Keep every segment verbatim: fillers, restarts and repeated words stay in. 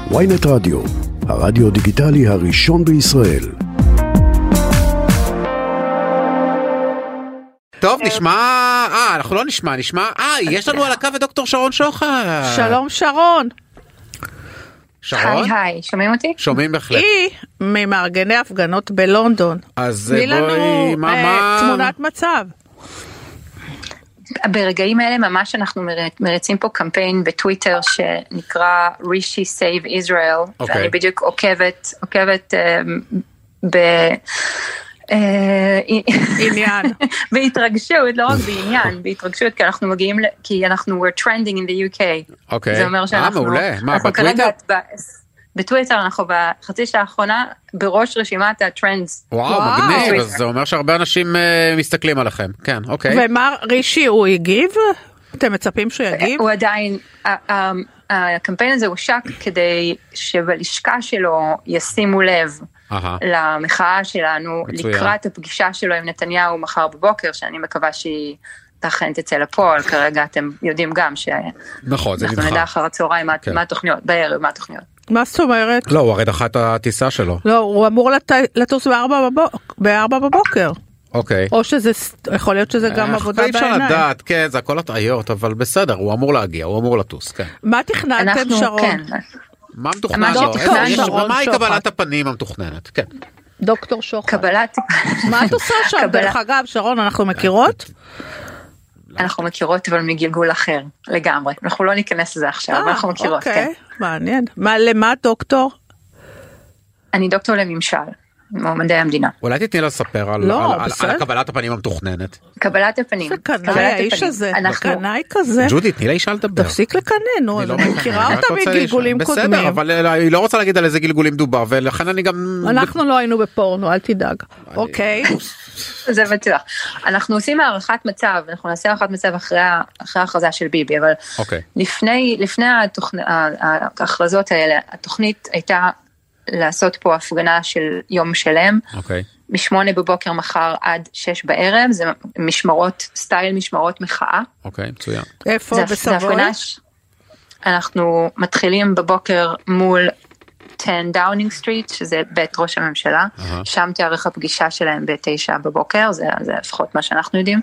וויינט רדיו, הרדיו דיגיטלי הראשון בישראל. טוב, נשמע, אה, אנחנו לא נשמע, נשמע, אה, יש לנו על הקו את דוקטור שרון שוחט. שלום שרון. שרון? היי היי, שומעים אותי? שומעים בהחלט. היא ממארגני הפגנות בלונדון. אז תני לנו בואי, מה, אה, מה? תמונת מצב. ברגעים האלה ממש אנחנו מריצים פה קמפיין בטוויטר שנקרא Rishi Save Israel, אוקיי. ואני בדיוק עוקבת, עוקבת אה, ב... עניין. בהתרגשות, לא רק בעניין, בהתרגשות, כי אנחנו מגיעים, כי אנחנו we're trending in the יו קיי. אוקיי. זה אומר שאנחנו... אה, מעולה. מה, אנחנו בטוויטר? כרגע ב- בטוויטר אנחנו בחצי שעה האחרונה בראש רשימת הטרנדס. וואו, מגניב, אז זה אומר שהרבה אנשים אה, מסתכלים עליכם. כן, אוקיי. ומה רישי, הוא הגיב? אתם מצפים שהוא יגיב? הוא עדיין, ה- ה- הקמפיין הזה הושק כדי שבלשכה שלו ישימו לב אהה. למחאה שלנו, מצוין. לקראת הפגישה שלו עם נתניהו מחר בבוקר, שאני מקווה שהיא תכן תצא לפועל. כרגע אתם יודעים גם נכון, זה שאנחנו נדחה. נדע אחר הצהריים מה- כן. מה התוכניות, בערב מה התוכניות. מה זאת אומרת? לא, הוא הרי דחה את הטיסה שלו. לא, הוא אמור לט... לטוס בארבע בבוק... בארבע בבוקר. אוקיי. או שזה, יכול להיות שזה גם עבודה אי אפשר בעיניים. לדעת, כן, זה הכל הטעיות, אבל בסדר, הוא אמור להגיע, הוא אמור לטוס, כן. מה תכננתם אנחנו, שרון? כן, מה מתוכנן מה לו? שתכנן איזה- יש- שרון מהי שוחט? קבלת הפנים המתוכננת? כן. דוקטור שוחט. קבלת, מה את עושה שם? קבלה- דרך אגב, שרון, אנחנו מכירות? אנחנו מכירות אבל מגלגול אחר לגמרי, אנחנו לא ניכנס לזה עכשיו, אבל אנחנו מכירות, כן. אוקיי, מעניין. מה, למה דוקטור? אני דוקטור לממשל, ממדעי המדינה. אולי תתני לה לספר על- לא, על- על- בסדר. על קבלת הפנים המתוכננת. קבלת הפנים. זה קנאי, קבלת האיש הפנים. הזה, אנחנו- קנאי כזה. ג'ודי, תני לה אישה לדבר. תפסיק לקנן, נו, אני לא אני מקנא, מכירה אני רק אותה רוצה מגלגולים לשאול. קודמים. בסדר, אבל היא לא רוצה להגיד על איזה גלגולים דובר, ולכן אני גם... אנחנו לא היינו בפורנו, אל תדאג. אוקיי. זה בטוח. אנחנו עושים הערכת מצב, אנחנו נעשה הערכת מצב אחרי ה- אחרי ההכרזה של ביבי, אבל אוקיי. לפני, לפני התוכנ- ה- ה- ההכרזות האלה, התוכנית הייתה לעשות פה הפגנה של יום שלם, אוקיי. משמונה בבוקר מחר עד שש בערב, זה משמרות, סטייל משמרות מחאה. אוקיי, מצוין. איפה? זה- זה בסבוי? הפגנה ש- אנחנו מתחילים בבוקר מול עשר דאונינג סטריט, שזה בית ראש הממשלה, אהה. שם תארך הפגישה שלהם בתשע בבוקר, זה, זה לפחות מה שאנחנו יודעים,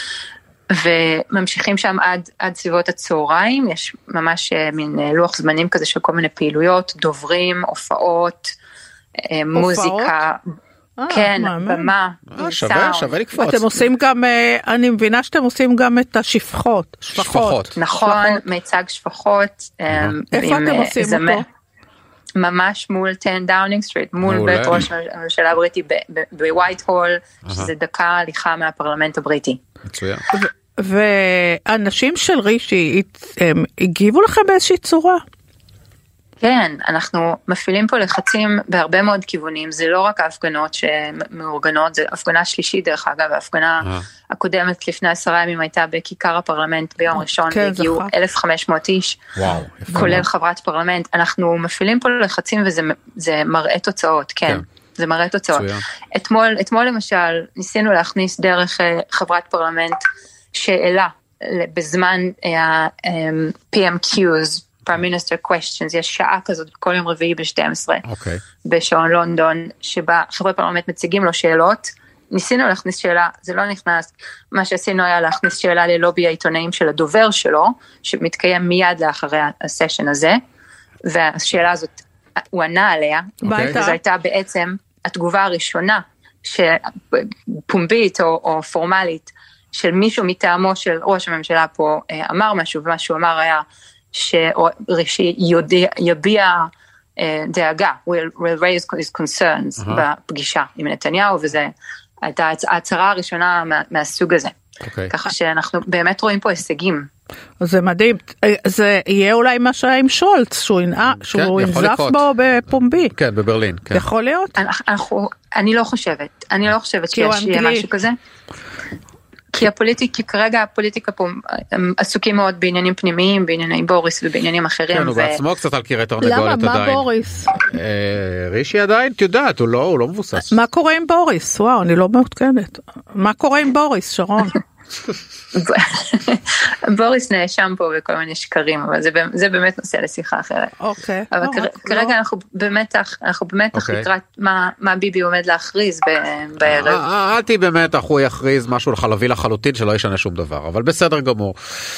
וממשיכים שם עד, עד סביבות הצהריים, יש ממש אה, מין אה, לוח זמנים כזה של כל מיני פעילויות, דוברים, הופעות, אה, מוזיקה, אה, כן, מעניין. במה, אה, שווה, סאונד. שווה לקפוץ. אתם עושים גם, אה, אני מבינה שאתם עושים גם את השפחות. שפחות. שפחות. נכון, שפחות. מיצג שפחות. אה, איפה עם, אתם אה, עושים זמר- אותו? ממש מול עשר דאונינג סטריט, מול מעולה. בית ראש הממשלה הבריטי בווייט הול, שזה דקה הליכה מהפרלמנט הבריטי. מצוין. ואנשים של רישי, הם הגיבו לכם באיזושהי צורה? כן, אנחנו מפעילים פה לחצים בהרבה מאוד כיוונים, זה לא רק ההפגנות שמאורגנות, זה הפגנה שלישית דרך אגב, ההפגנה אה. הקודמת לפני עשרה ימים הייתה בכיכר הפרלמנט ביום ראשון, כן, והגיעו זכרתי. אלף וחמש מאות איש, וואו. יפה כולל מאוד. חברת פרלמנט, אנחנו מפעילים פה לחצים וזה זה מראה תוצאות, כן, כן. זה מראה תוצאות. מצוין. אתמול, אתמול למשל ניסינו להכניס דרך אה, חברת פרלמנט שאלה ל- בזמן ה-פי אם קיוז, Prime Minister Questions, יש שעה כזאת כל יום רביעי ב-שתים עשרה אוקיי. בשעון לונדון, שבה חברי פרלמנט מציגים לו שאלות, ניסינו להכניס שאלה, זה לא נכנס, מה שעשינו היה להכניס שאלה ללובי העיתונאים של הדובר שלו, שמתקיים מיד לאחרי הסשן הזה, והשאלה הזאת, הוא ענה עליה, מה הייתה? וזו הייתה בעצם התגובה הראשונה, פומבית או, או פורמלית, של מישהו מטעמו של ראש הממשלה פה אה, אמר משהו, ומה שהוא אמר היה, שרישי יביע אה, דאגה, will, will raise his concerns Aha. בפגישה עם נתניהו, וזו הייתה ההצהרה הראשונה מה, מהסוג הזה. אוקיי. ככה שאנחנו באמת רואים פה הישגים. זה מדהים, זה יהיה אולי מה שהיה עם שולץ, שהוא ינע- שהוא יכול ינזף לקרות. בו בפומבי. כן, בברלין. כן. יכול להיות? אנחנו, אני לא חושבת, אני לא חושבת כי הוא שיש יהיה אנגלי. משהו כזה. כי הפוליטיקה, כי כרגע הפוליטיקה פה, הם עסוקים מאוד בעניינים פנימיים, בענייני בוריס ובעניינים אחרים. כן, הוא ו- בעצמו קצת על קירי למה? תרנגולת מה עדיין. בוריס? אה, רישי עדיין, את יודעת, הוא לא הוא לא מבוסס. מה קורה עם בוריס? וואו, אני לא מעודכנת. מה קורה עם בוריס, שרון? בוריס נאשם פה בכל מיני שקרים, אבל זה באמת נושא לשיחה אחרת. אוקיי. אבל כרגע אנחנו במתח, אנחנו במתח לקראת מה ביבי עומד להכריז בערב. אל תהי במתח, הוא יכריז משהו לחלבי לחלוטין שלא ישנה שום דבר, אבל בסדר גמור.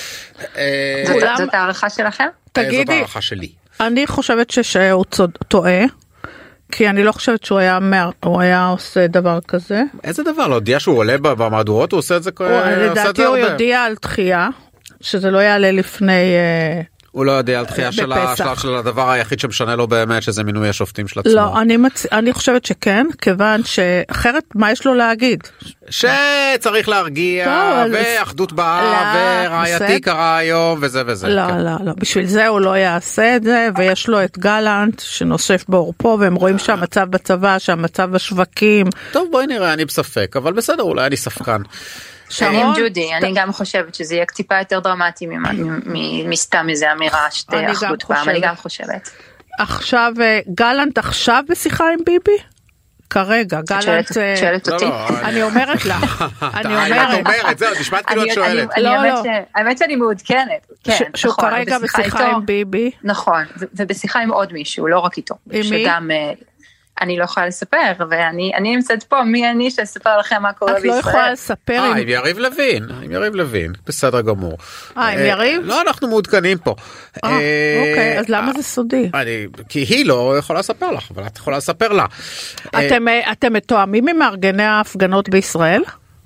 זאת הערכה שלכם? תגידי, זאת הערכה שלי. אני חושבת שהוא טועה. כי אני לא חושבת שהוא היה, הוא היה עושה דבר כזה. איזה דבר? להודיע שהוא עולה במהדורות, הוא עושה את זה כל... לדעתי הוא יודיע על דחייה, שזה לא יעלה לפני... הוא לא יודע על דחייה של הדבר היחיד שמשנה לו באמת, שזה מינוי השופטים של עצמו. לא, אני חושבת שכן, כיוון שאחרת מה יש לו להגיד? שצריך להרגיע, ואחדות בעם, ורעייתי קרה היום, וזה וזה. לא, לא, לא, בשביל זה הוא לא יעשה את זה, ויש לו את גלנט, שנוסף בעורפו, והם רואים שהמצב בצבא, שהמצב בשווקים. טוב, בואי נראה, אני בספק, אבל בסדר, אולי אני ספקן. אני עם ג'ודי, אני גם חושבת שזה יהיה טיפה יותר דרמטי מסתם איזה אמירה שתי אחדות פעם, אני גם חושבת. עכשיו, גלנט עכשיו בשיחה עם ביבי? כרגע, גלנט... שואלת אותי? אני אומרת לך, אני אומרת... זהו, נשמעת כאילו את שואלת. האמת שאני מעודכנת, כן, נכון. שהוא כרגע בשיחה עם ביבי. נכון, ובשיחה עם עוד מישהו, לא רק איתו. עם מי? שגם... אני לא יכולה לספר, ואני אני נמצאת פה, מי אני שאספר לכם מה קורה בישראל? את לא יכולה לספר? אה, עם יריב לוין, עם יריב לוין, בסדר גמור. אה, עם יריב? לא, אנחנו מעודכנים פה. אה, אוקיי, אז למה זה סודי? כי היא לא יכולה לספר לך, אבל את יכולה לספר לה. אתם מתואמים עם מארגני ההפגנות בישראל?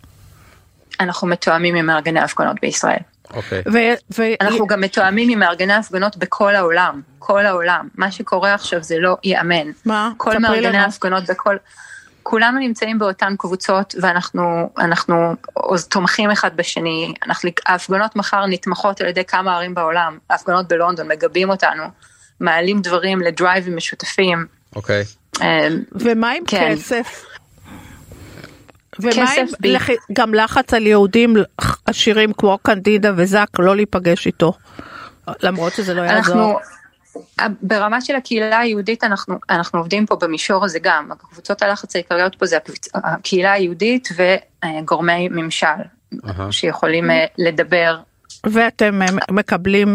אנחנו מתואמים עם מארגני ההפגנות בישראל. אוקיי. אנחנו גם מתואמים עם מארגני ההפגנות בכל העולם, כל העולם. מה שקורה עכשיו זה לא ייאמן. מה? כל מארגני ההפגנות בכל... כולנו נמצאים באותן קבוצות, ואנחנו אנחנו תומכים אחד בשני. אנחנו, ההפגנות מחר נתמכות על ידי כמה ערים בעולם. ההפגנות בלונדון מגבים אותנו, מעלים דברים לדרייבים משותפים. אוקיי. ומה עם כסף? ומה עם גם לחץ על יהודים עשירים כמו קנדידה וזק לא להיפגש איתו, למרות שזה לא יעזור? ברמה של הקהילה היהודית אנחנו, אנחנו עובדים פה במישור הזה גם, הקבוצות הלחץ העיקריות פה זה הקהילה היהודית וגורמי ממשל, שיכולים לדבר. ואתם מקבלים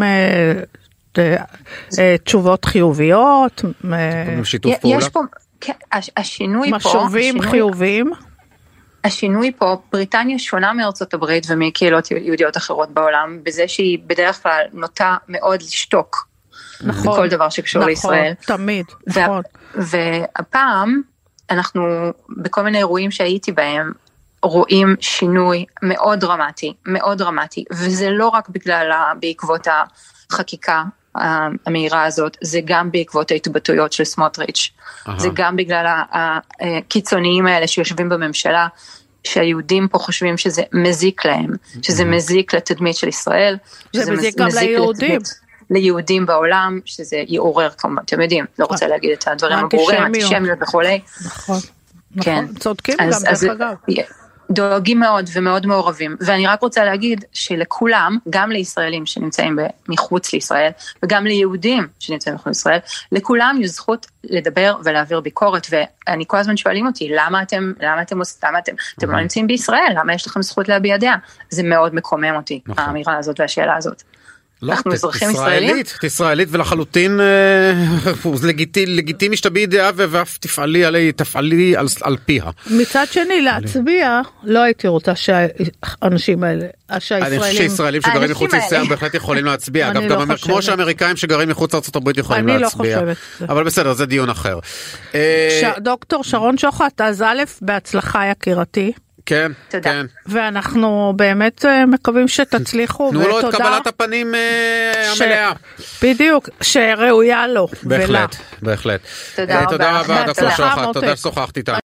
תשובות חיוביות? שיתוף פעולה? יש פה, השינוי פה, משובים חיוביים? השינוי פה, בריטניה שונה מארצות הברית ומקהילות יהודיות אחרות בעולם, בזה שהיא בדרך כלל נוטה מאוד לשתוק. נכון. בכל דבר שקשור נכון, לישראל. תמיד, נכון. והפעם, אנחנו בכל מיני אירועים שהייתי בהם, רואים שינוי מאוד דרמטי, מאוד דרמטי, וזה לא רק בגלל, בעקבות החקיקה המהירה הזאת, זה גם בעקבות ההתבטאויות של סמוטריץ', זה גם בגלל הקיצוניים האלה שיושבים בממשלה, שהיהודים פה חושבים שזה מזיק להם, שזה מזיק לתדמית של ישראל, זה מזיק גם ליהודים. ליהודים בעולם, שזה יעורר כמובן, אתם יודעים, לא רוצה להגיד את הדברים הברורים, אנטישמיות וכולי. נכון, נכון, צודקים גם דרך אגב. דואגים מאוד ומאוד מעורבים, ואני רק רוצה להגיד שלכולם, גם לישראלים שנמצאים מחוץ לישראל, וגם ליהודים שנמצאים מחוץ לישראל, לכולם יש זכות לדבר ולהעביר ביקורת, ואני כל הזמן שואלים אותי, למה אתם, למה אתם עושים, למה אתם, אתם לא נמצאים בישראל, למה יש לכם זכות להביע דעה? זה מאוד מקומם אותי, האמירה הזאת והשאלה הזאת. אנחנו אזרחים ישראלים? ישראלית ולחלוטין לגיטימי שתביעי דעה ואף תפעלי על פיה. מצד שני להצביע לא הייתי רוצה שהאנשים האלה, אני חושב שישראלים שגרים מחוץ לישראל בהחלט יכולים להצביע, גם כמו שאמריקאים שגרים מחוץ לארצות הברית יכולים להצביע, אבל בסדר, זה דיון אחר. דוקטור שרון שוחט, אז א' בהצלחה יקירתי. כן, כן. ואנחנו באמת מקווים שתצליחו. תנו לו את קבלת הפנים המלאה. בדיוק, שראויה לו. בהחלט, בהחלט. תודה רבה. תודה רבה, דוקטור שוחט, תודה ששוחחת איתנו.